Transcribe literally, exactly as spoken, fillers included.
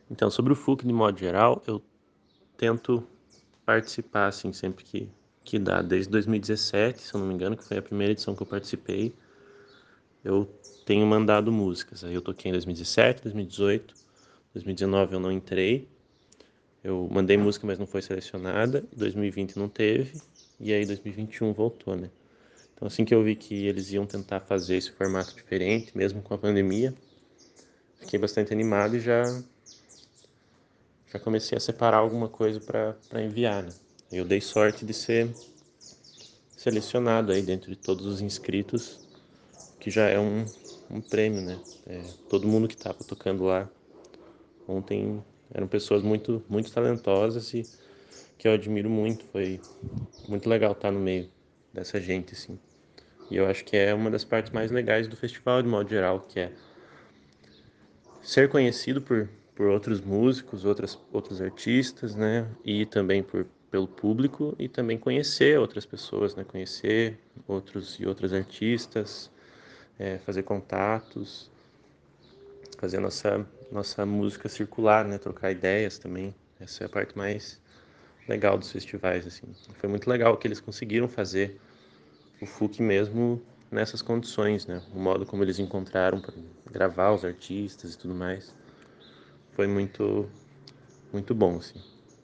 Então, sobre o F U C de modo geral, eu tento participar, assim, sempre que, que dá. Desde dois mil e dezessete, se eu não me engano, que foi a primeira edição que eu participei, eu tenho mandado músicas. Aí eu toquei em dois mil e dezessete, dois mil e dezoito, dois mil e dezenove eu não entrei. Eu mandei música, mas não foi selecionada. dois mil e vinte não teve. E aí dois mil e vinte e um voltou, né? Então, assim que eu vi que eles iam tentar fazer esse formato diferente, mesmo com a pandemia, fiquei bastante animado e já já comecei a separar alguma coisa para enviar, né? Eu dei sorte de ser selecionado aí dentro de todos os inscritos, que já é um, um prêmio, né? É, todo mundo que estava tocando lá ontem eram pessoas muito, muito talentosas e que eu admiro muito. Foi muito legal estar no meio dessa gente, assim. E eu acho que é uma das partes mais legais do festival, de modo geral, que é ser conhecido por, por outros músicos, outras, outros artistas, né? E também por, pelo público e também conhecer outras pessoas, né? Conhecer outros e outras artistas, é, fazer contatos, fazer nossa, nossa música circular, né? Trocar ideias também. Essa é a parte mais legal dos festivais, assim. Foi muito legal que eles conseguiram fazer o F U C mesmo nessas condições, né? O modo como eles encontraram para gravar os artistas e tudo mais. Foi muito, muito bom, assim.